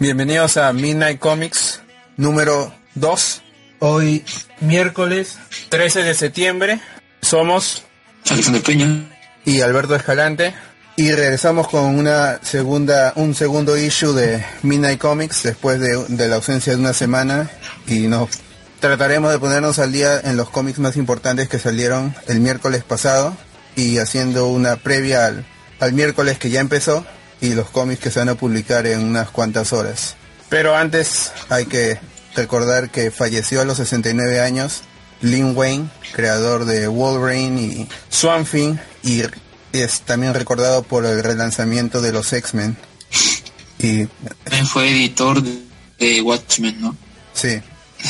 Bienvenidos a Midnight Comics número 2. Hoy, miércoles 13 de septiembre, somos Alexander Peña y Alberto Escalante. Y regresamos con un segundo issue de Midnight Comics después de la ausencia de una semana. Y nos trataremos de ponernos al día en los cómics más importantes que salieron el miércoles pasado. Y haciendo una previa al miércoles que ya empezó. Y los cómics que se van a publicar en unas cuantas horas. Pero antes hay que recordar que falleció a los 69 años Len Wein, creador de Wolverine y Swamp Thing, y es también recordado por el relanzamiento de los X-Men. Y también fue editor de Watchmen, ¿no? Sí.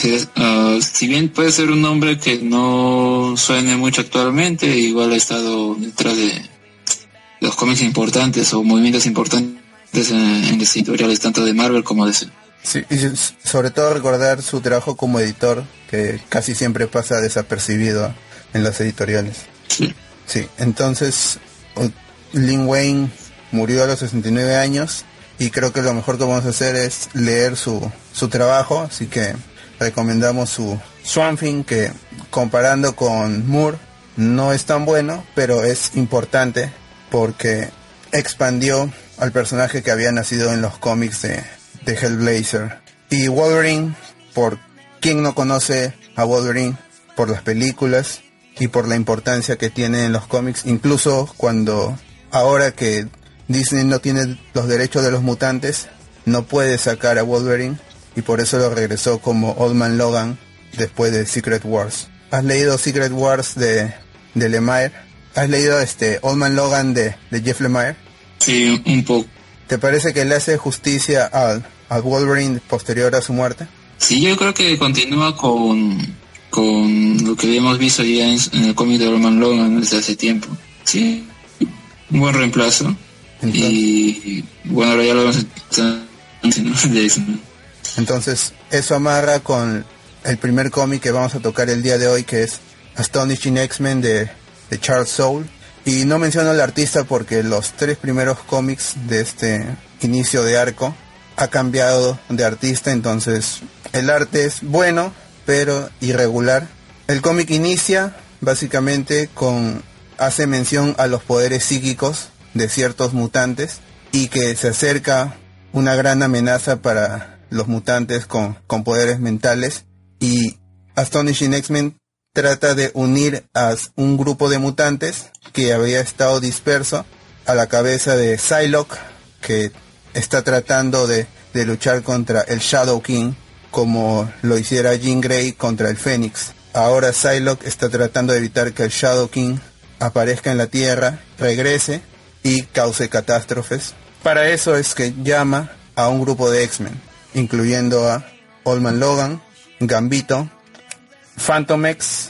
Si bien puede ser un nombre que no suene mucho actualmente, igual ha estado detrás de los cómics importantes o movimientos importantes en las editoriales tanto de Marvel como de DC. Sí, y sobre todo recordar su trabajo como editor, que casi siempre pasa desapercibido en las editoriales. Sí. Sí, entonces Len Wein murió a los 69 años y creo que lo mejor que vamos a hacer es leer su trabajo, así que recomendamos su Swamp Thing, que comparando con Moore no es tan bueno, pero es importante porque expandió al personaje que había nacido en los cómics de Hellblazer. Y Wolverine, por quien no conoce a Wolverine, por las películas y por la importancia que tiene en los cómics, incluso ahora que Disney no tiene los derechos de los mutantes, no puede sacar a Wolverine y por eso lo regresó como Old Man Logan después de Secret Wars. ¿Has leído Secret Wars de Lemire? ¿Has leído Old Man Logan de Jeff Lemire? Sí, un poco. ¿Te parece que le hace justicia al Wolverine posterior a su muerte? Sí, yo creo que continúa con lo que habíamos visto ya en el cómic de Old Man Logan desde hace tiempo. Sí, un buen reemplazo. Entonces, y bueno, ahora ya lo vamos a de eso, ¿no? Entonces, eso amarra con el primer cómic que vamos a tocar el día de hoy, que es Astonishing X-Men de Charles Soule. Y no menciono al artista porque los 3 primeros cómics de este inicio de arco ha cambiado de artista, entonces el arte es bueno pero irregular. El cómic inicia básicamente hace mención a los poderes psíquicos de ciertos mutantes y que se acerca una gran amenaza para los mutantes con poderes mentales, y Astonishing X-Men trata de unir a un grupo de mutantes que había estado disperso a la cabeza de Psylocke, que está tratando de luchar contra el Shadow King como lo hiciera Jean Grey contra el Fénix. Ahora Psylocke está tratando de evitar que el Shadow King aparezca en la Tierra, regrese y cause catástrofes. Para eso es que llama a un grupo de X-Men, incluyendo a Old Man Logan, Gambito, Phantom X,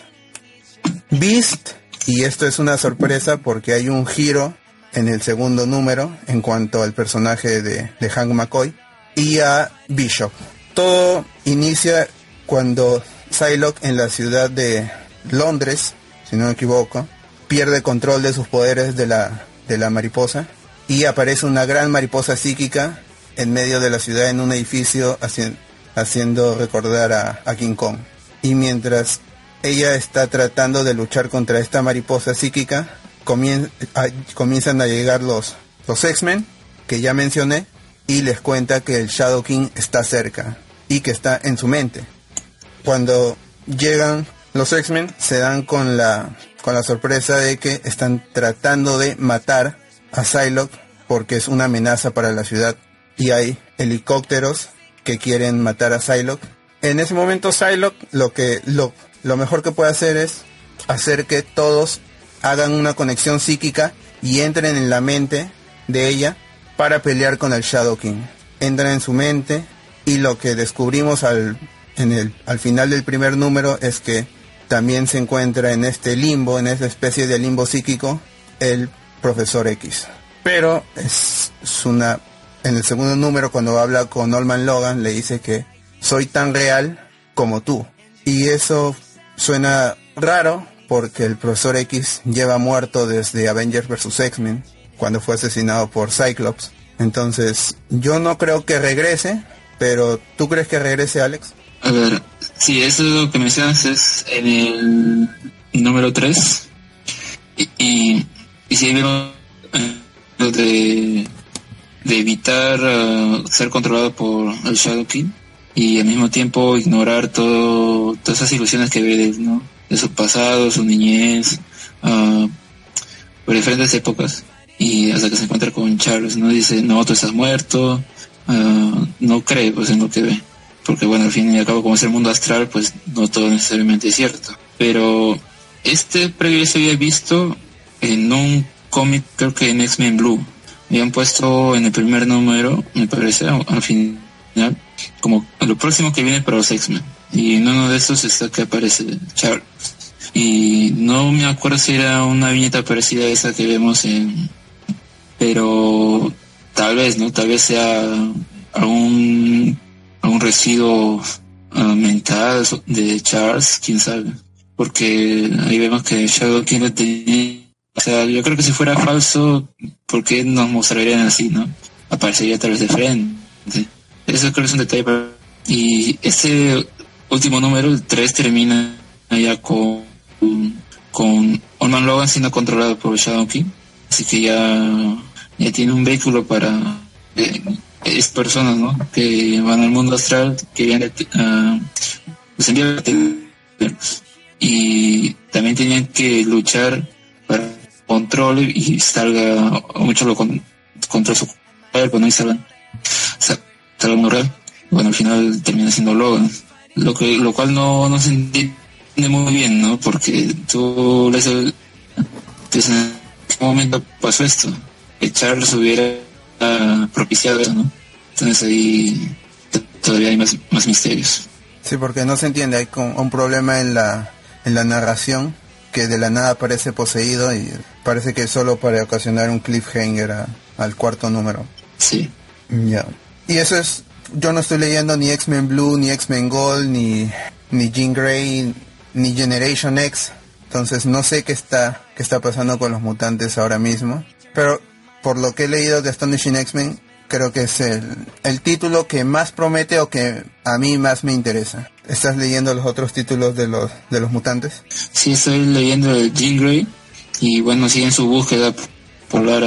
Beast, y esto es una sorpresa porque hay un giro en el segundo número en cuanto al personaje de Hank McCoy, y a Bishop. Todo inicia cuando Psylocke, en la ciudad de Londres, si no me equivoco, pierde control de sus poderes de la mariposa y aparece una gran mariposa psíquica en medio de la ciudad en un edificio haciendo recordar a King Kong. Y mientras ella está tratando de luchar contra esta mariposa psíquica, comienzan a llegar los X-Men, que ya mencioné, y les cuenta que el Shadow King está cerca y que está en su mente. Cuando llegan los X-Men, se dan con la sorpresa de que están tratando de matar a Psylocke porque es una amenaza para la ciudad, y hay helicópteros que quieren matar a Psylocke. En ese momento Psylocke lo mejor que puede hacer es hacer que todos hagan una conexión psíquica y entren en la mente de ella para pelear con el Shadow King. Entran en su mente, y lo que descubrimos al final del primer número es que también se encuentra en este limbo, en esta especie de limbo psíquico, el Profesor X. Pero en el segundo número, cuando habla con Old Man Logan, le dice que soy tan real como tú. Y eso suena raro porque el Profesor X lleva muerto desde Avengers vs. X-Men, cuando fue asesinado por Cyclops. Entonces yo no creo que regrese, Pero, ¿tú crees que regrese Alex? A ver, sí, eso es lo que mencionas, es en el número 3. Y si vemos de evitar ser controlado por el Shadow King y al mismo tiempo ignorar todas esas ilusiones que ve de él, ¿no? De su pasado, su niñez, por diferentes épocas, y hasta que se encuentra con Charles, ¿no? Dice, no, tú estás muerto, no cree pues en lo que ve, porque bueno, al fin y al cabo, como es el mundo astral, pues no todo necesariamente es cierto. Pero previo se había visto en un cómic, creo que en X-Men Blue, habían puesto en el primer número, me parece, al final, como lo próximo que viene para los X-Men, y en uno de esos está que aparece Charles, y no me acuerdo si era una viñeta parecida a esa que vemos pero tal vez, ¿no? Tal vez sea algún residuo mental de Charles, quién sabe, porque ahí vemos que Shadow King lo tenía. O sea, yo creo que si fuera falso, ¿por qué nos mostrarían así, no? Aparecería tal vez de frente. Eso creo que es un detalle. Y este último número, el 3, termina ya con Old Man Logan siendo controlado por Shadow King. Así que ya tiene un vehículo para es personas, ¿no? Que van al mundo astral, que vienen pues enviar y también tenían que luchar para control y salga mucho contra su cuerpo, ¿no? Y salga uno real. Bueno, al final termina siendo Logan, lo cual no se entiende muy bien, ¿no? Porque tú lees en qué momento pasó esto, que Charles hubiera propiciado eso, ¿no? Entonces ahí todavía hay más misterios. Sí, porque no se entiende, hay un problema en la narración, que de la nada parece poseído y parece que solo para ocasionar un cliffhanger al cuarto número. Sí. Ya. Y eso es, yo no estoy leyendo ni X-Men Blue, ni X-Men Gold, ni Jean Grey, ni Generation X. Entonces no sé qué está pasando con los mutantes ahora mismo. Pero por lo que he leído de Astonishing X-Men, creo que es el título que más promete o que a mí más me interesa. ¿Estás leyendo los otros títulos de los mutantes? Sí, estoy leyendo el Jean Grey y bueno, siguen su búsqueda polar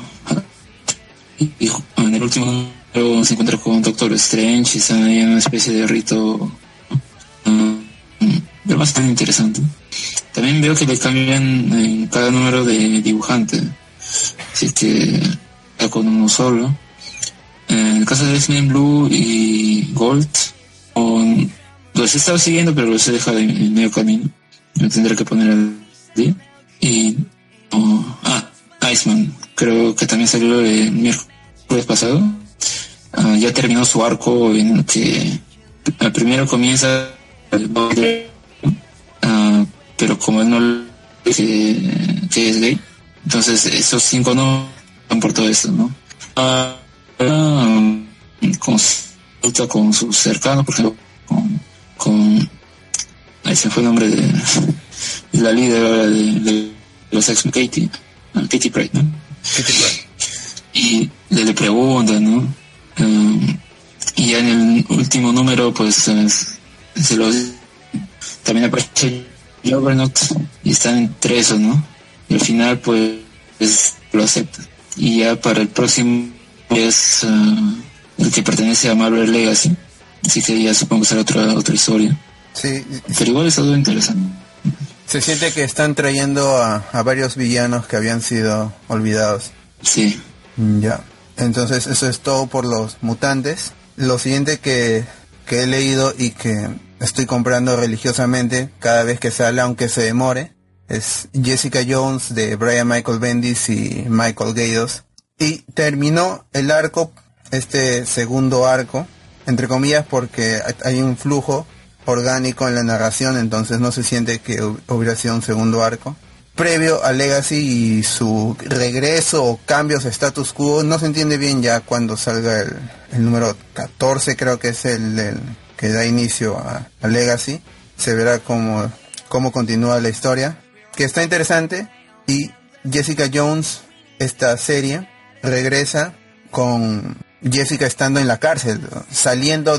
y en el último número se encuentra con Doctor Strange y están ahí en una especie de rito bastante interesante. También veo que le cambian en cada número de dibujante, así que está con uno solo. En el caso de X-Men Blue y Gold, los he estado siguiendo, pero los he dejado en medio camino. Me tendré que poner al día. Y Iceman, creo que también salió el miércoles pasado. Ya terminó su arco en el que primero comienza pero como él no que es gay, entonces esos 5 no van por todo esto, ¿no? Consulta con sus cercanos, por ejemplo, con ahí se fue el nombre de la líder ahora de los X-Men, Katie Pryde, ¿no? Katie Pryde. Y le preguntan, ¿no? Y ya en el último número, pues se los también aparece Juggernaut y están entre esos, ¿no? Y al final, pues lo acepta. Y ya para el próximo es el que pertenece a Marvel Legacy, así que ya supongo que será otra historia. Sí. Pero igual es algo interesante. Se siente que están trayendo a varios villanos que habían sido olvidados. Sí. Ya. Entonces eso es todo por los mutantes. Lo siguiente que he leído y que estoy comprando religiosamente cada vez que sale, aunque se demore, es Jessica Jones de Brian Michael Bendis y Michael Gaydos. Y terminó el arco, segundo arco, entre comillas, porque hay un flujo orgánico en la narración, entonces no se siente que hubiera sido un segundo arco. Previo a Legacy y su regreso o cambios a status quo, no se entiende bien ya cuando salga el número 14, creo que es el que da inicio a Legacy. Se verá cómo continúa la historia, que está interesante. Y Jessica Jones, esta serie, regresa con Jessica estando en la cárcel, saliendo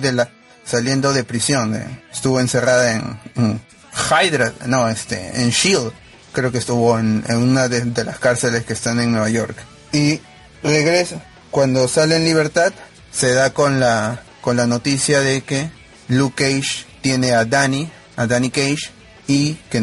de prisión, estuvo encerrada en Hydra, en Shield, creo que estuvo en una de las cárceles que están en Nueva York, y regresa. Cuando sale en libertad se da con la noticia de que Luke Cage tiene a Danny Cage, y que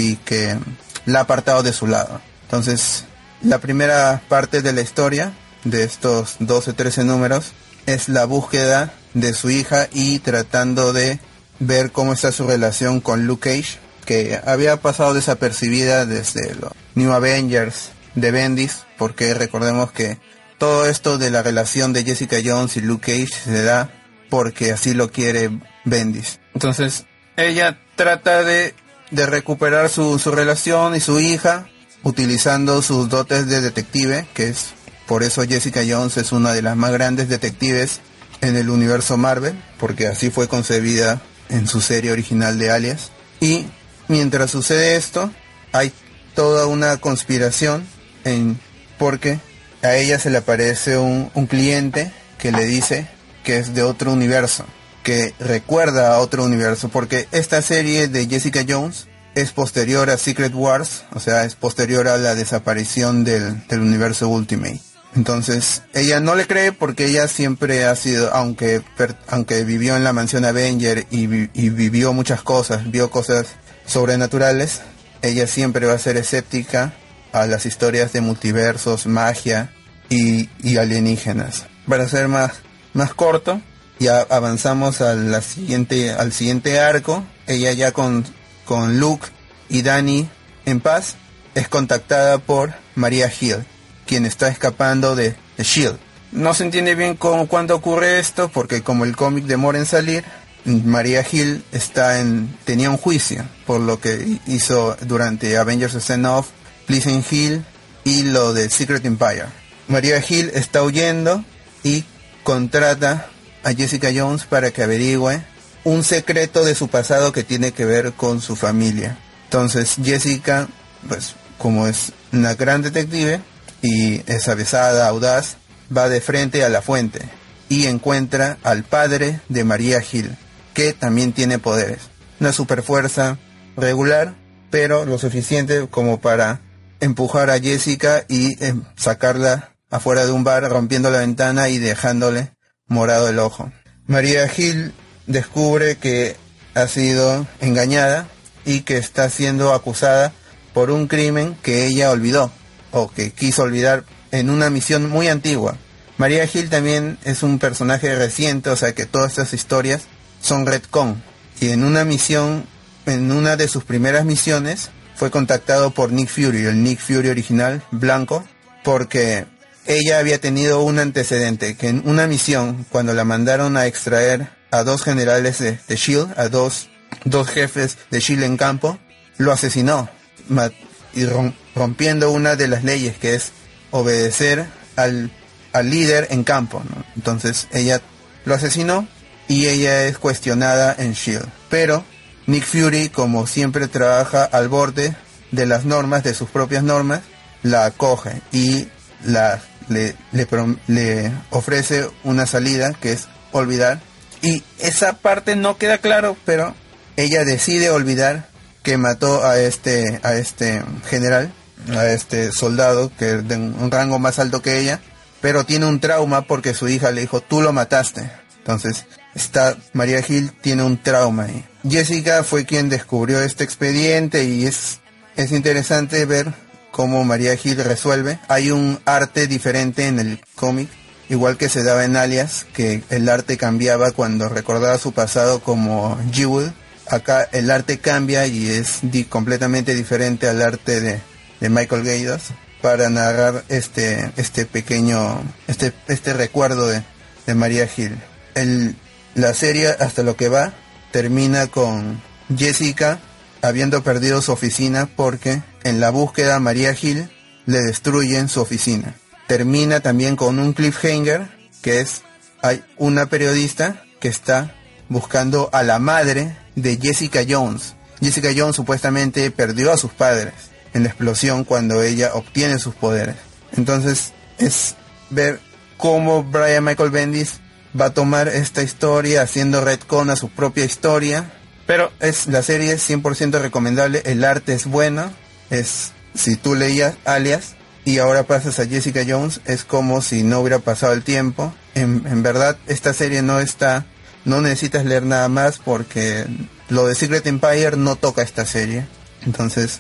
la ha apartado de su lado. Entonces la primera parte de la historia de estos 12-13 números es la búsqueda de su hija y tratando de ver cómo está su relación con Luke Cage, que había pasado desapercibida desde los New Avengers de Bendis, porque recordemos que todo esto de la relación de Jessica Jones y Luke Cage se da porque así lo quiere Bendis. Entonces ella trata de recuperar su relación y su hija utilizando sus dotes de detective, que es por eso Jessica Jones es una de las más grandes detectives en el universo Marvel, porque así fue concebida en su serie original de Alias. Y mientras sucede esto, hay toda una conspiración porque a ella se le aparece un cliente que le dice que es de otro universo, que recuerda a otro universo, porque esta serie de Jessica Jones es posterior a Secret Wars, o sea, es posterior a la desaparición del universo Ultimate. Entonces, ella no le cree porque ella siempre ha sido, aunque vivió en la mansión Avenger y vivió muchas cosas, vio cosas sobrenaturales, ella siempre va a ser escéptica a las historias de multiversos, magia y alienígenas. Para ser más corto, ya avanzamos al siguiente arco. Ella ya con Luke y Danny en paz, es contactada por Maria Hill, quien está escapando de Shield. No se entiende bien cuándo ocurre esto, porque como el cómic demora en salir, Maria Hill tenía un juicio por lo que hizo durante Avengers Stand-Off, Pleasant Hill y lo de Secret Empire. Maria Hill está huyendo y contrata a Jessica Jones para que averigüe un secreto de su pasado que tiene que ver con su familia. Entonces Jessica, pues como es una gran detective y es avesada, audaz, va de frente a la fuente y encuentra al padre de Maria Hill, que también tiene poderes. Una superfuerza regular, pero lo suficiente como para empujar a Jessica y sacarla afuera de un bar, rompiendo la ventana y dejándole morado el ojo. Maria Hill descubre que ha sido engañada y que está siendo acusada por un crimen que ella olvidó, o que quiso olvidar en una misión muy antigua. Maria Hill también es un personaje reciente, o sea que todas estas historias son retcon. Y en una de sus primeras misiones, fue contactado por Nick Fury, el Nick Fury original, blanco, porque ella había tenido un antecedente, que en una misión, cuando la mandaron a extraer a 2 generales de SHIELD, a dos jefes de SHIELD en campo, lo asesinó, y rompiendo una de las leyes, que es obedecer al líder en campo, ¿no? Entonces ella lo asesinó y ella es cuestionada en SHIELD. Pero Nick Fury, como siempre trabaja al borde de las normas, de sus propias normas, la acoge y le ofrece una salida, que es olvidar. Y esa parte no queda claro, pero ella decide olvidar que mató a este general, a este soldado que es de un rango más alto que ella, pero tiene un trauma porque su hija le dijo, tú lo mataste. Entonces Maria Hill tiene un trauma ahí. Jessica fue quien descubrió este expediente y es interesante ver cómo Maria Hill resuelve. Hay un arte diferente en el cómic, igual que se daba en Alias, que el arte cambiaba cuando recordaba su pasado como Jewel. Acá el arte cambia y es completamente diferente al arte de Michael Gaydos para narrar este recuerdo de Maria Hill. La serie, hasta lo que va, termina con Jessica habiendo perdido su oficina porque en la búsqueda a Maria Hill le destruyen su oficina. Termina también con un cliffhanger, que hay una periodista que está buscando a la madre de Jessica Jones. Jessica Jones supuestamente perdió a sus padres en la explosión cuando ella obtiene sus poderes. Entonces es ver cómo Brian Michael Bendis va a tomar esta historia haciendo retcon a su propia historia. Pero la serie es 100% recomendable, el arte es bueno, si tú leías Alias y ahora pasas a Jessica Jones, es como si no hubiera pasado el tiempo. En verdad, esta serie no necesitas leer nada más porque lo de Secret Empire no toca esta serie. Entonces,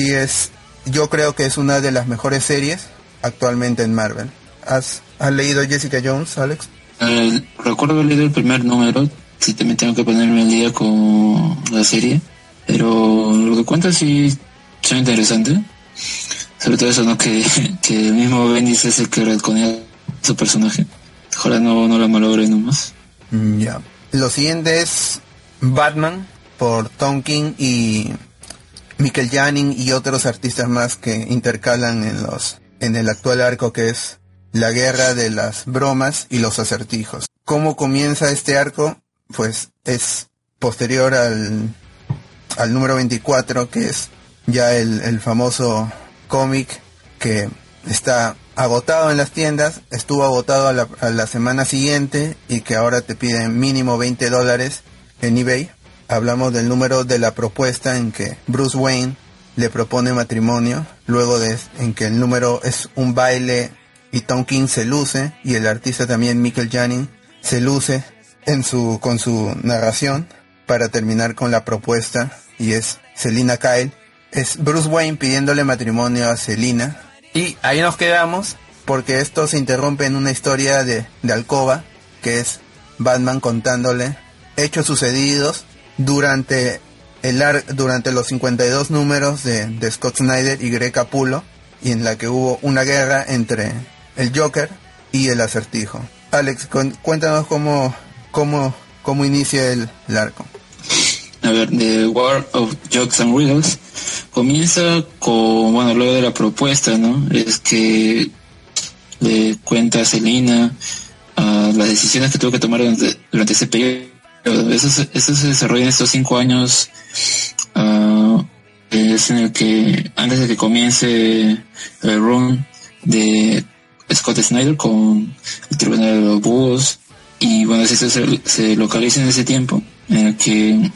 yo creo que es una de las mejores series actualmente en Marvel. ¿Has leído Jessica Jones, Alex? Recuerdo haber leído el primer número, sí también tengo que ponerme al día con la serie, pero lo que cuenta sí suena interesante. Sobre todo eso, ¿no? Que el mismo Bendis es el que retconea su personaje. Ojalá no lo malogre nomás. Ya. Lo siguiente es Batman por Tom King y Michael Janin y otros artistas más que intercalan en el actual arco, que es la guerra de las bromas y los acertijos. ¿Cómo comienza este arco? Pues es posterior al número 24, que es ya el famoso cómic que está agotado en las tiendas, estuvo agotado a la semana siguiente y que ahora te piden mínimo $20 en eBay. Hablamos del número de la propuesta en que Bruce Wayne le propone matrimonio, luego en que el número es un baile y Tom King se luce, y el artista también Michael Janin se luce con su narración, para terminar con la propuesta, y es Selina Kyle. Es Bruce Wayne pidiéndole matrimonio a Selina, y ahí nos quedamos porque esto se interrumpe en una historia de alcoba, que es Batman contándole hechos sucedidos durante los 52 números de Scott Snyder y Greg Capullo, y en la que hubo una guerra entre el Joker y el Acertijo. Alex, cuéntanos cómo inicia el arco. A ver, The War of Jokes and Riddles comienza con, luego de la propuesta, ¿no? Es que le cuenta a Selina las decisiones que tuvo que tomar durante ese periodo. Eso se desarrolla en estos 5 años, es en el que, antes de que comience el run de Scott Snyder con el Tribunal de los Búhos, y eso se localiza en ese tiempo, en el que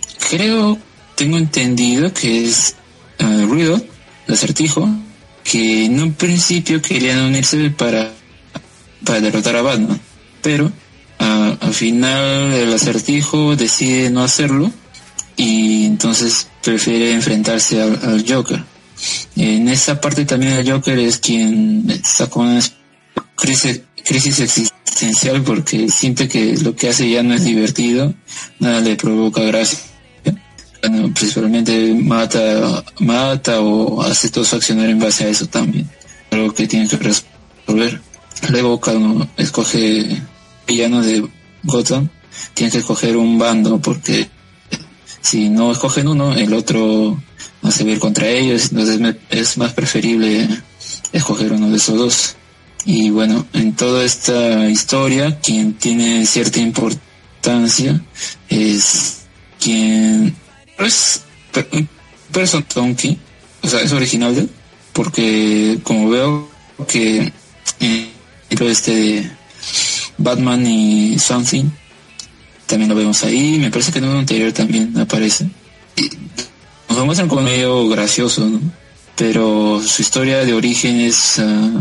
tengo entendido que es Riddle, el Acertijo, que en un principio querían unirse para derrotar a Batman, pero al final el Acertijo decide no hacerlo y entonces prefiere enfrentarse al Joker. En esa parte también el Joker es quien está con una crisis existencial, porque siente que lo que hace ya no es divertido, nada le provoca gracia. Principalmente mata o hace todo su accionar en base a eso también, algo que tiene que resolver. Luego cada uno escoge villano de Gotham, tiene que escoger un bando, porque si no escogen uno, el otro va a servir contra ellos, entonces es más preferible escoger uno de esos dos. Y en toda esta historia, quien tiene cierta importancia es quien es Person Tonky, es original de él, porque como veo que dentro de Batman y Something también lo vemos ahí, me parece que en uno anterior también aparece. Y nos lo muestran como medio gracioso, ¿no? Pero su historia de origen es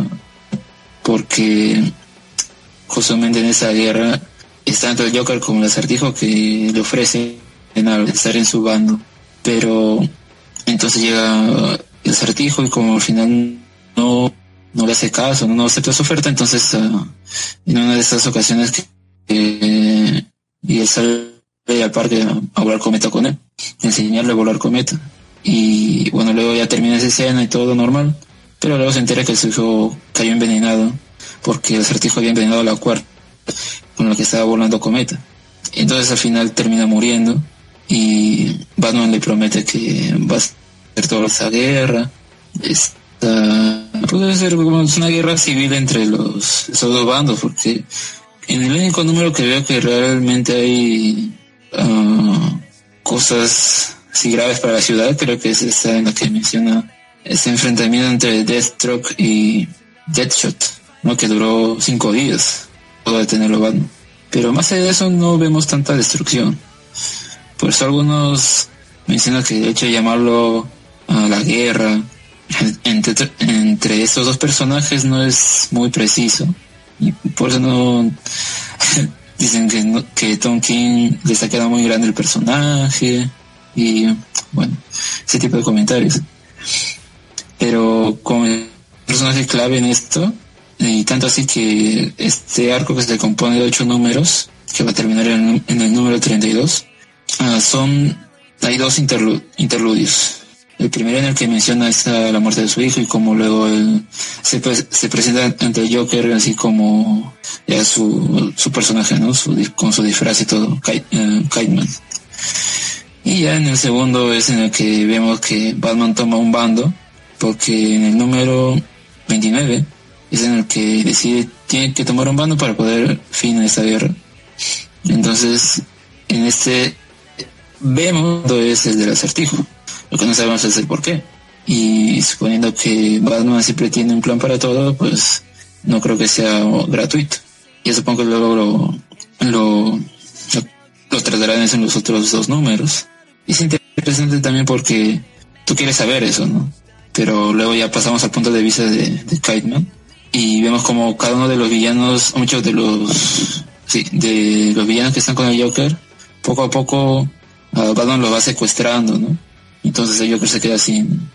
porque justamente en esa guerra está tanto el Joker como el Acertijo que le ofrecen estar en su bando, pero entonces llega el Acertijo y como al final no le hace caso, no acepta su oferta, entonces en una de esas ocasiones y él sale al parque a volar cometa con él, enseñarle a volar cometa, y luego ya termina esa escena y todo normal, pero luego se entera que su hijo cayó envenenado porque el Acertijo había envenenado la cuerda con la que estaba volando cometa. Entonces al final termina muriendo y Batman le promete que va a hacer toda esa guerra. Puede ser como una guerra civil entre esos dos bandos, porque en el único número que veo que realmente hay cosas así graves para la ciudad, creo que es esa en la que menciona ese enfrentamiento entre Deathstroke y Deathshot. ¿no? Que duró 5 días, pudo detenerlo Batman. Pero más allá de eso no vemos tanta destrucción. Por eso algunos mencionan que el hecho de llamarlo a la guerra entre estos dos personajes no es muy preciso. Y por eso no dicen que Tom King le está quedando muy grande el personaje. Y bueno, ese tipo de comentarios. Pero como el personaje clave en esto, y tanto así que este arco que se compone de 8 números, que va a terminar en el número 32, hay 2 interludios. El primero en el que menciona la muerte de su hijo y cómo luego él se presenta ante el Joker así como ya su personaje, ¿no? Con su disfraz y todo, Kiteman. Y ya en el segundo es en el que vemos que Batman toma un bando, porque en el número 29 es en el que tiene que tomar un bando para poder fin a esta guerra. Entonces, en este vemos es el del Acertijo. Lo que no sabemos es el por qué. Y suponiendo que Batman siempre tiene un plan para todo, pues no creo que sea gratuito. Y supongo que luego lo tratarán en los otros 2 números. Y es interesante también porque tú quieres saber eso, ¿no? Pero luego ya pasamos al punto de vista de Kiteman y vemos como cada uno de los villanos, muchos de los villanos que están con el Joker, poco a poco Batman los va secuestrando, ¿no? Entonces el Joker se queda sin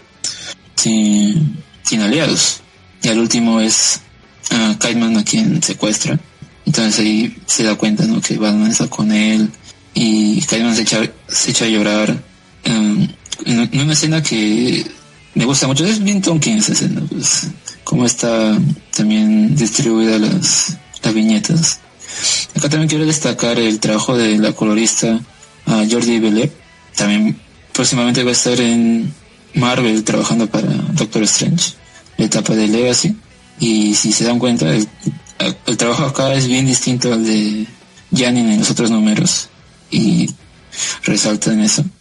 aliados. Y al último es Kiteman a quien secuestra. Entonces ahí se da cuenta, ¿no? Que Batman está con él y Kiteman se echa a llorar en una escena que me gusta mucho. Es bien Tom King esa escena, pues cómo está también distribuida las viñetas. Acá también quiero destacar el trabajo de la colorista Jordi Belair. También próximamente va a estar en Marvel trabajando para Doctor Strange, la etapa de Legacy. Y si se dan cuenta, el trabajo acá es bien distinto al de Janin en los otros números y resalta en eso.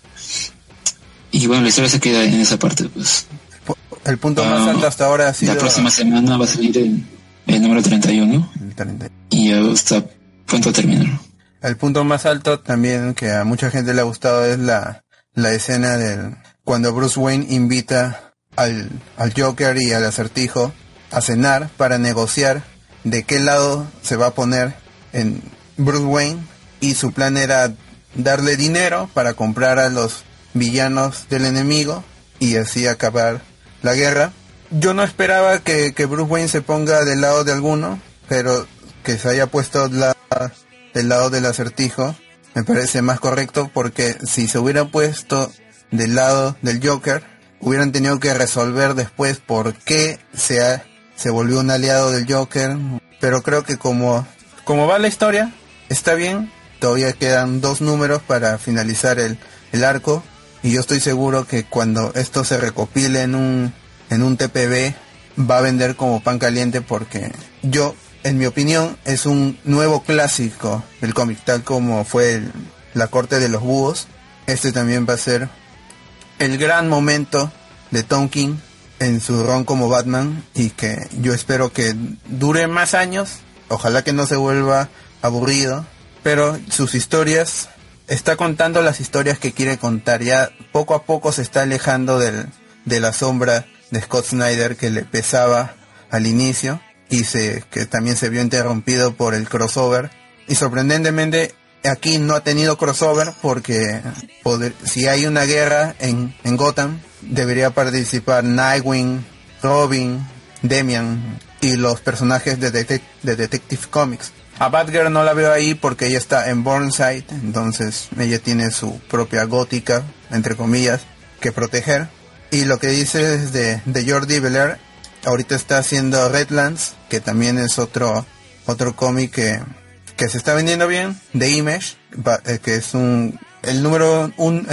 Y bueno, la historia se queda en esa parte, pues. El punto más alto hasta ahora ha sido... La próxima semana va a salir el número 31. El 30. Y ya está pronto a terminar. El punto más alto también que a mucha gente le ha gustado es la escena cuando Bruce Wayne invita al Joker y al Acertijo a cenar para negociar de qué lado se va a poner en Bruce Wayne, y su plan era darle dinero para comprar a los villanos del enemigo y así acabar la guerra. Yo no esperaba que Bruce Wayne se ponga del lado de alguno, pero que se haya puesto del lado del Acertijo me parece más correcto, porque si se hubiera puesto del lado del Joker, hubieran tenido que resolver después por qué se volvió un aliado del Joker. Pero creo que como va la historia, está bien. Todavía quedan 2 números para finalizar el arco, y yo estoy seguro que cuando esto se recopile en un TPB va a vender como pan caliente, porque en mi opinión, es un nuevo clásico del cómic, tal como fue La Corte de los Búhos. Este también va a ser el gran momento de Tom King en su run como Batman, y que yo espero que dure más años. Ojalá que no se vuelva aburrido, pero sus historias, está contando las historias que quiere contar. Ya poco a poco se está alejando de la sombra de Scott Snyder que le pesaba al inicio, y que también se vio interrumpido por el crossover. Y sorprendentemente aquí no ha tenido crossover, porque si hay una guerra en Gotham, debería participar Nightwing, Robin, Damian y los personajes de Detective Comics. A Batgirl no la veo ahí porque ella está en Burnside, entonces ella tiene su propia gótica, entre comillas, que proteger. Y lo que dices de Jordi Belair, ahorita está haciendo Redlands, que también es otro cómic que se está vendiendo bien, de Image, que es el número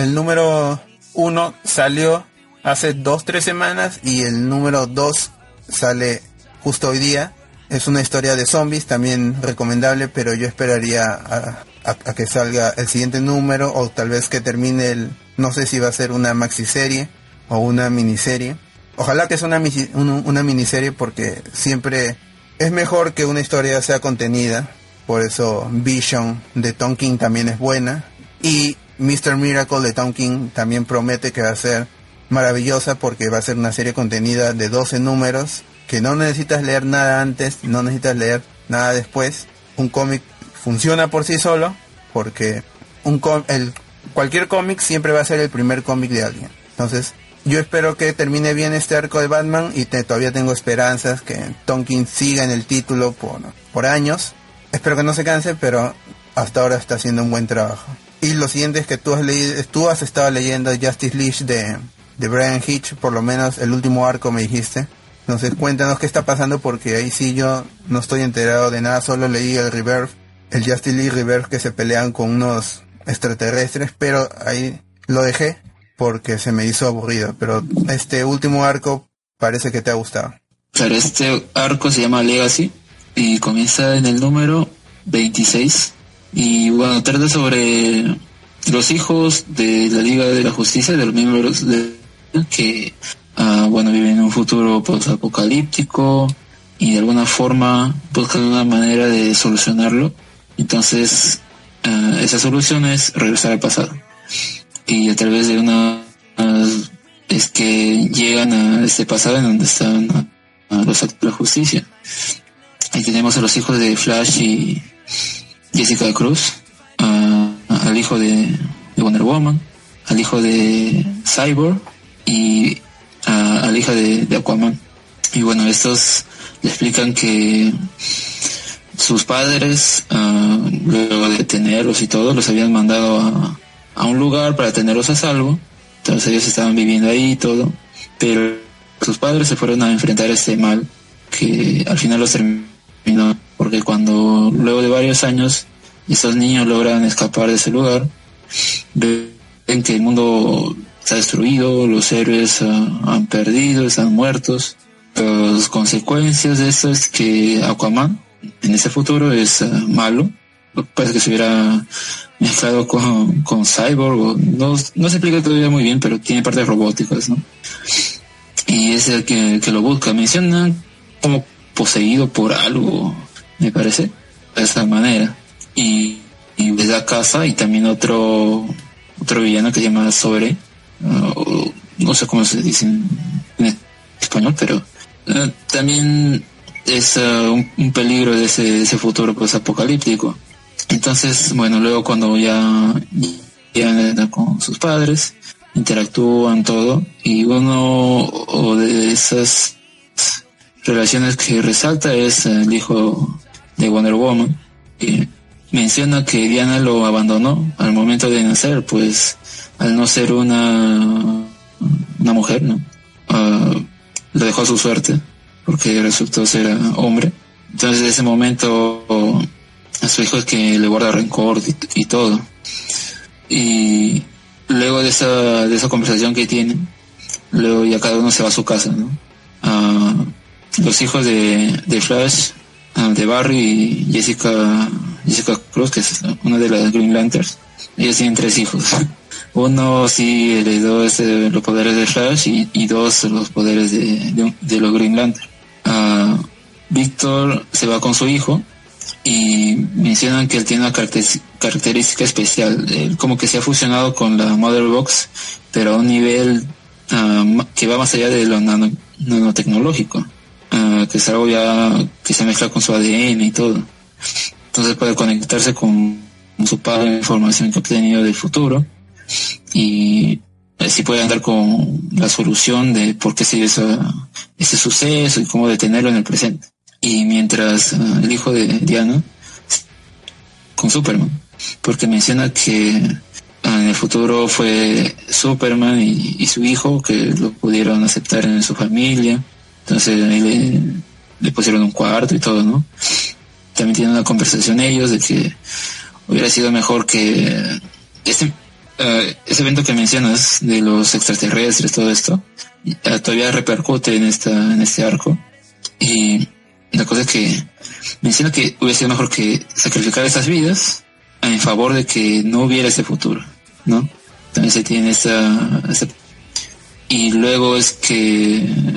1 salió hace 2-3 semanas y el número 2 sale justo hoy día. Es una historia de zombies, también recomendable, pero yo esperaría a que salga el siguiente número, o tal vez que termine no sé si va a ser una maxiserie o una miniserie. Ojalá que sea una miniserie, porque siempre es mejor que una historia sea contenida. Por eso Vision de Tom King también es buena. Y Mr. Miracle de Tom King también promete que va a ser maravillosa, porque va a ser una serie contenida de 12 números, que no necesitas leer nada antes, no necesitas leer nada después. Un cómic funciona por sí solo, porque cualquier cómic siempre va a ser el primer cómic de alguien. Entonces, yo espero que termine bien este arco de Batman, y todavía tengo esperanzas que Tom King siga en el título por años. Espero que no se canse, pero hasta ahora está haciendo un buen trabajo. Y lo siguiente es que tú has estado leyendo Justice League de Brian Hitch, por lo menos el último arco me dijiste. Entonces cuéntanos qué está pasando, porque ahí sí yo no estoy enterado de nada, solo leí el Justice League Rebirth, que se pelean con unos extraterrestres, pero ahí lo dejé porque se me hizo aburrido. Pero este último arco parece que te ha gustado. Claro, este arco se llama Legacy y comienza en el número 26 y bueno, trata sobre los hijos de la Liga de la Justicia, de los miembros que viven en un futuro post-apocalíptico y de alguna forma buscan una manera de solucionarlo. Entonces esa solución es regresar al pasado, y a través de es que llegan a este pasado en donde están los actos de la justicia. Ahí tenemos a los hijos de Flash y Jessica Cruz, al hijo de Wonder Woman, al hijo de Cyborg y a la hija de Aquaman. Y bueno, estos le explican que sus padres, luego de tenerlos y todo, los habían mandado a un lugar para tenerlos a salvo. Entonces ellos estaban viviendo ahí y todo, pero sus padres se fueron a enfrentar este mal que al final los terminó, porque cuando luego de varios años estos niños logran escapar de ese lugar, ven que el mundo está destruido, los héroes han perdido, están muertos. Las consecuencias de esto es que Aquaman en ese futuro es malo. Parece que se hubiera mezclado con Cyborg, o no se explica todavía muy bien, pero tiene partes robóticas, ¿no? Y es el que lo busca. Menciona como poseído por algo, me parece, de esa manera. Y les da casa, y también otro villano que se llama Sobre, no sé cómo se dice en español, pero también es un peligro de ese futuro pues apocalíptico. Entonces, bueno, luego cuando ya llegan con sus padres, interactúan todo, y uno de esas relaciones que resalta es el hijo de Wonder Woman, que menciona que Diana lo abandonó al momento de nacer, pues al no ser una mujer, ¿no? Lo dejó a su suerte, porque resultó ser hombre. Entonces en ese momento a su hijo es que le guarda rencor y todo. Y luego de esa conversación que tienen, luego ya cada uno se va a su casa, ¿no? Los hijos de Flash, de Barry y Jessica Cruz, que es una de las Green Lanterns, ellos tienen 3 hijos. Uno sí heredó los poderes de Flash y 2 los poderes de los Green Lanterns. Víctor se va con su hijo y mencionan que él tiene una característica especial. Él como que se ha fusionado con la Mother Box, pero a un nivel que va más allá de lo nanotecnológico, que es algo ya que se mezcla con su ADN y todo. Entonces puede conectarse con su padre, la información que ha obtenido del futuro, y así puede andar con la solución de por qué se dio ese suceso y cómo detenerlo en el presente. Y mientras el hijo de Diana con Superman, porque menciona que en el futuro fue Superman y su hijo que lo pudieron aceptar en su familia. Entonces ahí le pusieron un cuarto y todo, ¿no? También tienen una conversación ellos de que hubiera sido mejor que ese evento que mencionas de los extraterrestres, todo esto, todavía repercute en este arco. Y la cosa es que menciona que hubiera sido mejor que sacrificar esas vidas en favor de que no hubiera ese futuro, ¿no? También se tiene esa y luego es que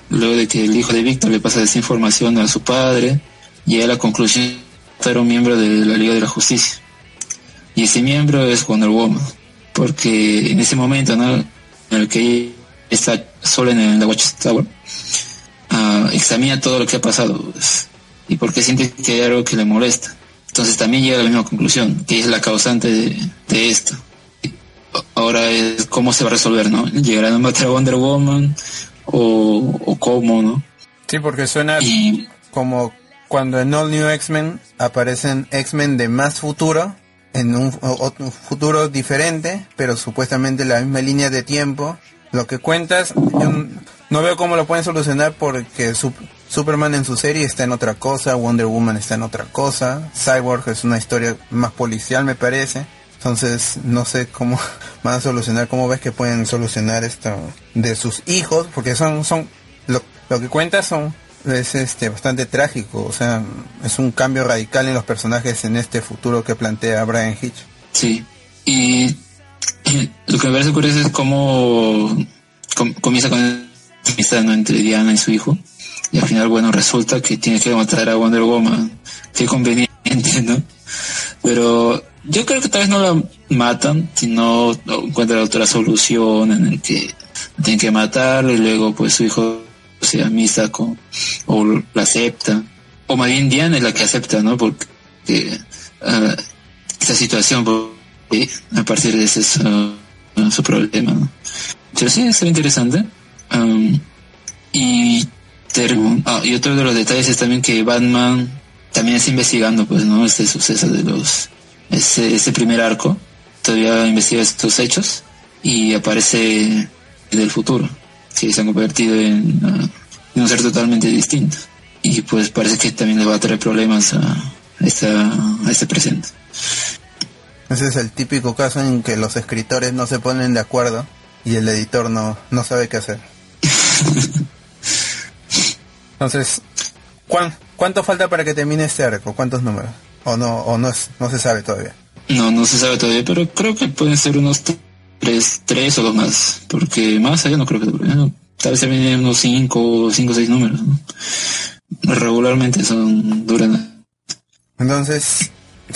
luego de que el hijo de Víctor le pasa esa información a su padre, llega a la conclusión de era un miembro de la Liga de la Justicia. Y ese miembro es Wonder Woman, porque en ese momento, ¿no?, en el que ella está sola en la Watchtower, examina todo lo que ha pasado, pues, y porque siente que hay algo que le molesta. Entonces también llega a la misma conclusión, que es la causante de esto. Ahora es cómo se va a resolver, ¿no? ¿Llegarán a matar a Wonder Woman o cómo, no? Sí, porque suena como cuando en All New X-Men aparecen X-Men de más futuro, en un futuro diferente, pero supuestamente la misma línea de tiempo. Lo que cuentas, yo no veo cómo lo pueden solucionar porque Superman en su serie está en otra cosa, Wonder Woman está en otra cosa, Cyborg es una historia más policial, me parece. Entonces no sé cómo van a solucionar, cómo ves que pueden solucionar esto de sus hijos, porque lo que cuentas es bastante trágico, o sea, es un cambio radical en los personajes en este futuro que plantea Brian Hitch. Sí, y lo que me parece curioso es cómo comienza con esta amistad, ¿no?, entre Diana y su hijo, y al final, bueno, resulta que tiene que matar a Wonder Woman. Qué conveniente, ¿no? Pero yo creo que tal vez no la matan, sino encuentran otra solución en el que tienen que matarlo y luego pues su hijo se amista o la acepta, o más bien Diana es la que acepta, ¿no? Porque esa situación, a partir de ese su problema, ¿no? Pero sí, es interesante. Y otro de los detalles es también que Batman también está investigando, pues, ¿no?, este suceso de ese primer arco. Todavía investiga estos hechos y aparece del futuro, que se han convertido en un ser totalmente distinto. Y pues parece que también le va a traer problemas a este presente. Ese es el típico caso en que los escritores no se ponen de acuerdo y el editor no sabe qué hacer. Entonces, ¿cuánto falta para que termine este arco? ¿Cuántos números? ¿O no se sabe todavía? No se sabe todavía, pero creo que pueden ser unos tres o dos más, porque más allá no creo que dure, ¿no? Tal vez se vienen unos 5 o 6 números, ¿no? Regularmente duran. Entonces,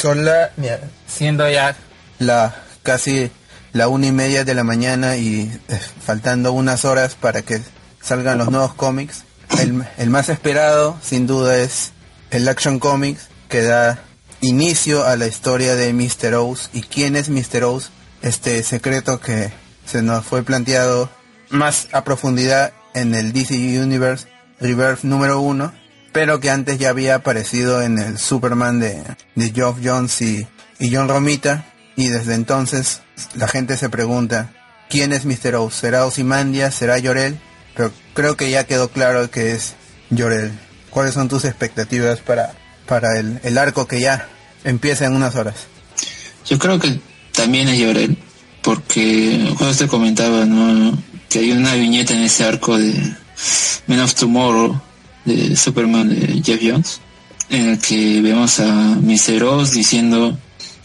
siendo ya casi la 1:30 de la mañana y faltando unas horas para que salgan los nuevos cómics, el más esperado sin duda es el Action Comics, que da inicio a la historia de Mr. Oz. ¿Y quién es Mr. Oz? Este secreto que se nos fue planteado más a profundidad en el DC Universe Rebirth número 1, pero que antes ya había aparecido en el Superman de Geoff Johns y John Romita, y desde entonces la gente se pregunta ¿quién es Mr. Oz? ¿Será Ozymandias? ¿Será Jor-El? Pero creo que ya quedó claro que es Jor-El. ¿Cuáles son tus expectativas para el arco que ya empieza en unas horas? Yo creo que también es Jor-El, porque justo te comentaba, ¿no?, que hay una viñeta en ese arco de Man of Tomorrow de Superman de Geoff Johns, en el que vemos a Mr. Oz diciendo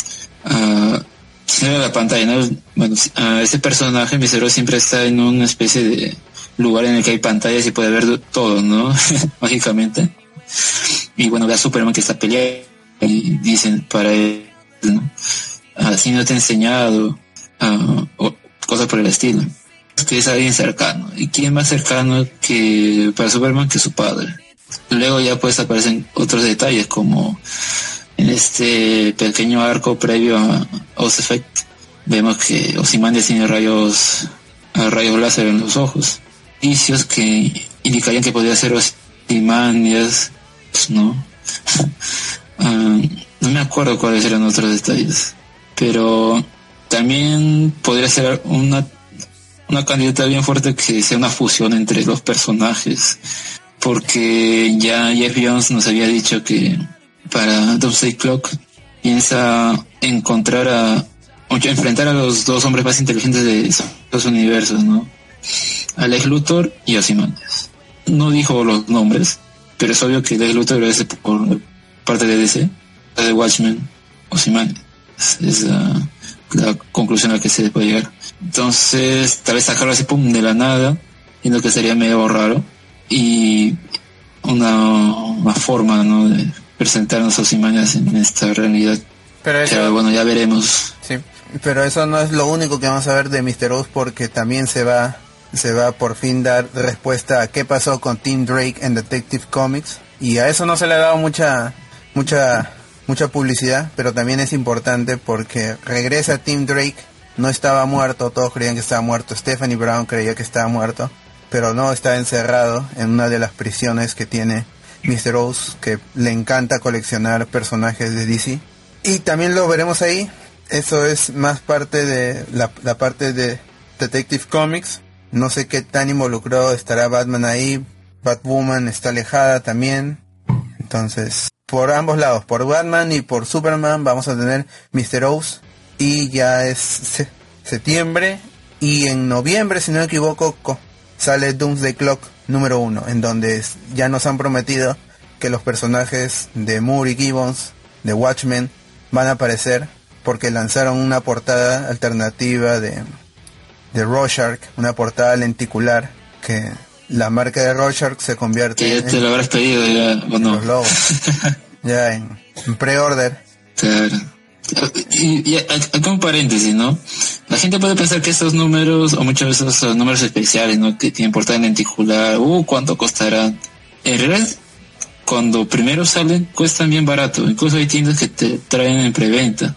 se ve la pantalla, ¿no? Bueno, ese personaje, Mr. Oz, siempre está en una especie de lugar en el que hay pantallas y puede ver todo, ¿no? Mágicamente. Y bueno, ve a Superman que está peleando y dicen para él, ¿no?, así no te he enseñado, o cosas por el estilo. Que es alguien cercano. ¿Y quién más cercano que para Superman que su padre? Luego ya pues aparecen otros detalles, como en este pequeño arco previo a Oz Effect vemos que Ozymandias tiene rayos láser en los ojos, indicios que indicarían que podría ser Ozymandias, ¿no? No me acuerdo cuáles eran otros detalles, pero también podría ser una candidata bien fuerte que sea una fusión entre los personajes, porque ya Geoff Johns nos había dicho que para Doomsday Clock piensa enfrentar a los dos hombres más inteligentes de los universos, ¿no?, a Lex Luthor y Ozymandias. No dijo los nombres, pero es obvio que Lex Luthor es por parte de DC, de Watchmen, Ozymandias. Es la conclusión a la que se puede llegar. Entonces, tal vez sacarlo así de la nada, viendo que sería medio raro, y una forma, ¿no?, de presentarnos a Ozymandias en esta realidad. Pero eso, bueno, ya veremos. Sí, pero eso no es lo único que vamos a ver de Mr. Oz, porque también se va por fin dar respuesta a qué pasó con Tim Drake en Detective Comics, y a eso no se le ha dado mucha publicidad, pero también es importante porque regresa Tim Drake. No estaba muerto, todos creían que estaba muerto, Stephanie Brown creía que estaba muerto, pero no, está encerrado en una de las prisiones que tiene Mr. Oz, que le encanta coleccionar personajes de DC. Y también lo veremos ahí. Eso es más parte de la parte de Detective Comics. No sé qué tan involucrado estará Batman ahí. Batwoman está alejada también. Entonces, por ambos lados, por Batman y por Superman, vamos a tener Mr. Oz. Y ya es septiembre. Y en noviembre, si no me equivoco, sale Doomsday Clock número 1, en donde ya nos han prometido que los personajes de Moore y Gibbons, de Watchmen, van a aparecer, porque lanzaron una portada alternativa de Rorschach, una portada lenticular, que la marca de Rorschach se convierte que ya te lo habrás pedido ya, ¿o no? Los logos. Ya en pre-order. Claro. Y acá un paréntesis, ¿no? La gente puede pensar que estos números, o muchas veces son números especiales, ¿no?, que tienen portada lenticular, ¿cuánto costarán? En realidad, cuando primero salen, cuestan bien barato. Incluso hay tiendas que te traen en preventa.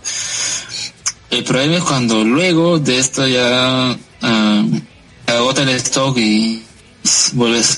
El problema es cuando luego de esto ya agota el stock y vuelves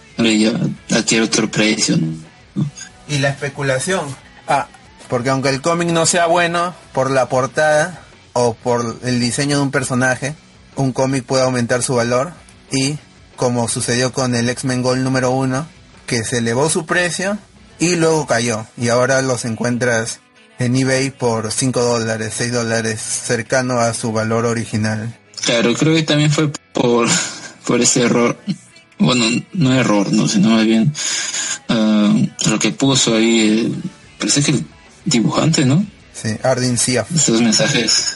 a adquirir otro precio, ¿no? Y la especulación. Porque aunque el cómic no sea bueno, por la portada o por el diseño de un personaje, un cómic puede aumentar su valor. Y como sucedió con el X-Men Gold número 1, que se elevó su precio y luego cayó. Y ahora los encuentras en eBay por $5, $6, cercano a su valor original. Claro, creo que también fue por ese error. Bueno, no error, no, sino más bien lo que puso ahí, parece que el dibujante, ¿no? Sí, Ardin Siaf. Estos mensajes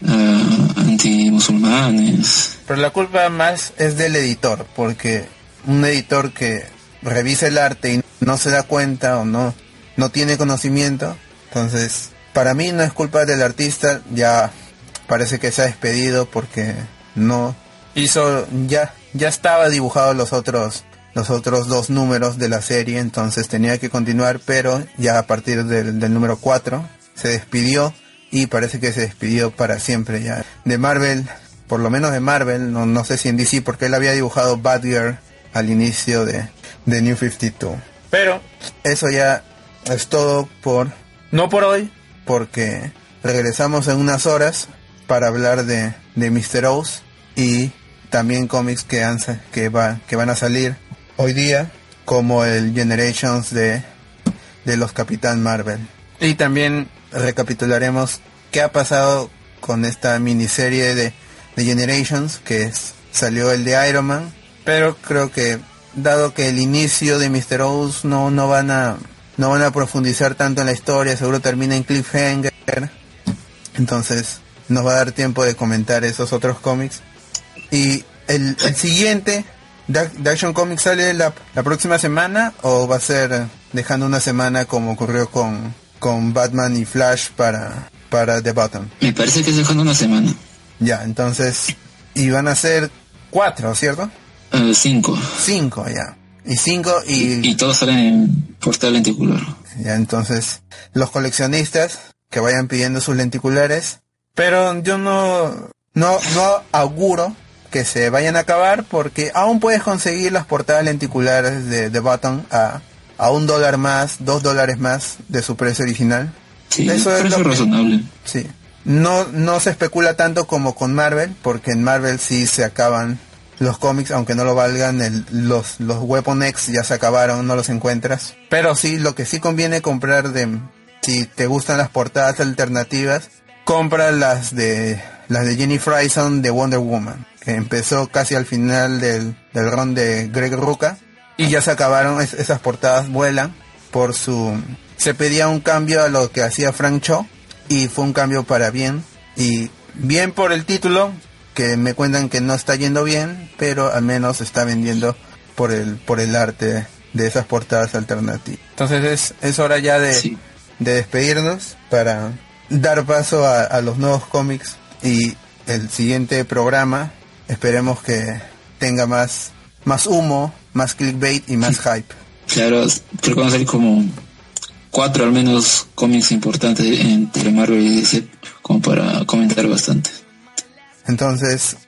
anti-musulmanes. Pero la culpa más es del editor, porque un editor que revisa el arte y no se da cuenta o no tiene conocimiento, entonces para mí no es culpa del artista. Ya parece que se ha despedido porque no hizo, ya estaba dibujado los otros 2 números de la serie, entonces tenía que continuar, pero ya a partir del número 4 se despidió, y parece que se despidió para siempre ya de Marvel, por lo menos de Marvel, no sé si en DC, porque él había dibujado Batgirl al inicio de New 52. Pero eso ya es todo no por hoy, porque regresamos en unas horas para hablar de Mr. Oz y también cómics que van a salir hoy día, como el Generations de los Capitán Marvel. Y también recapitularemos qué ha pasado con esta miniserie de Generations, que salió el de Iron Man, pero creo que dado que el inicio de Mr. Oz no van a profundizar tanto en la historia, seguro termina en cliffhanger, entonces nos va a dar tiempo de comentar esos otros cómics. Y el siguiente de Action Comics sale la próxima semana, o va a ser dejando una semana como ocurrió con Batman y Flash para The Bottom. Me parece que es dejando una semana. Ya, entonces, y van a ser 4, ¿cierto? 5. 5, ya. Y 5 y todos salen en portada lenticular. Ya, entonces, los coleccionistas que vayan pidiendo sus lenticulares, pero yo no auguro que se vayan a acabar, porque aún puedes conseguir las portadas lenticulares de The Bottom a $1 más, $2 más de su precio original. Sí, eso es razonable. Sí. No se especula tanto como con Marvel, porque en Marvel sí se acaban los cómics, aunque no lo valgan. Los Weapon X ya se acabaron, no los encuentras. Pero sí, lo que sí conviene comprar, si te gustan las portadas alternativas, compra las de Jenny Frison de Wonder Woman, que empezó casi al final del run de Greg Rucka, y ya se acabaron. Esas portadas vuelan se pedía un cambio a lo que hacía Frank Cho, y fue un cambio para bien, y bien por el título, que me cuentan que no está yendo bien, pero al menos está vendiendo por el arte de esas portadas alternativas. Entonces es hora ya de despedirnos para dar paso a los nuevos cómics, y el siguiente programa esperemos que tenga más humo, más clickbait y más hype. Claro, creo que van a salir como 4 al menos cómics importantes entre Marvel y DC, como para comentar bastante. Entonces,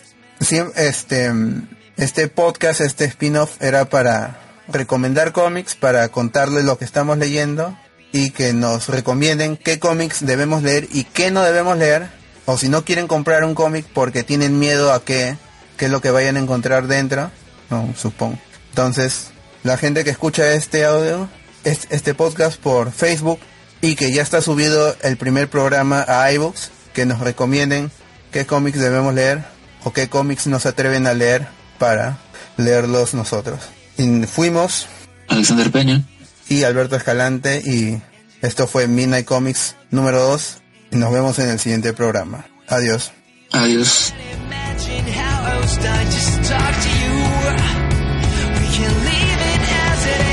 este podcast, este spin-off era para recomendar cómics, para contarles lo que estamos leyendo y que nos recomienden qué cómics debemos leer y qué no debemos leer, o si no quieren comprar un cómic porque tienen miedo a qué es lo que vayan a encontrar dentro, no, supongo. Entonces, la gente que escucha este audio, este podcast por Facebook, y que ya está subido el primer programa a iBooks, que nos recomienden qué cómics debemos leer o qué cómics nos atreven a leer para leerlos nosotros. Y fuimos Alexander Peña y Alberto Escalante, y esto fue Midnight Comics número 2, y nos vemos en el siguiente programa. Adiós. Adiós. Talk to you. We can leave it as it is.